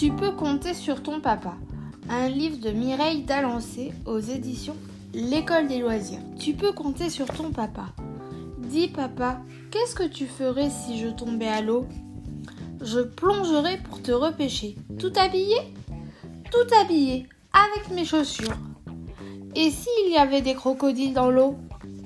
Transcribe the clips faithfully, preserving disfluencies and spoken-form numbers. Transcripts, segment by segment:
Tu peux compter sur ton papa. Un livre de Mireille Dalancé aux éditions L'École des loisirs. Tu peux compter sur ton papa. Dis papa, qu'est-ce que tu ferais si je tombais à l'eau ? Je plongerais pour te repêcher. Tout habillé ? Tout habillé, avec mes chaussures. Et s'il y avait des crocodiles dans l'eau ?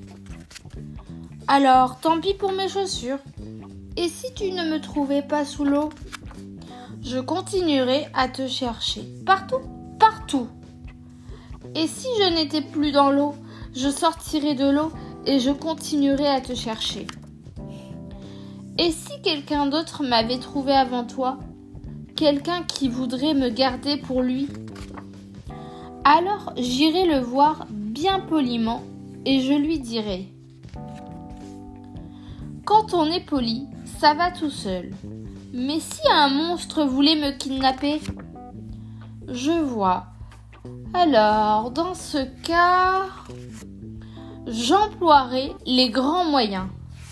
Alors, tant pis pour mes chaussures. Et si tu ne me trouvais pas sous l'eau ? Je continuerai à te chercher. Partout, partout. Et si je n'étais plus dans l'eau, je sortirai de l'eau et je continuerai à te chercher. Et si quelqu'un d'autre m'avait trouvé avant toi, quelqu'un qui voudrait me garder pour lui, alors j'irai le voir bien poliment et je lui dirai : quand on est poli, ça va tout seul. Mais si un monstre voulait me kidnapper ? Je vois. Alors, dans ce cas, j'emploierai les grands moyens.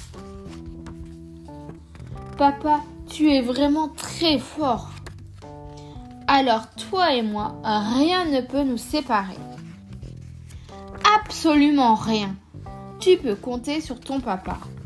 Papa, tu es vraiment très fort. Alors, toi et moi, rien ne peut nous séparer. Absolument rien. Tu peux compter sur ton papa.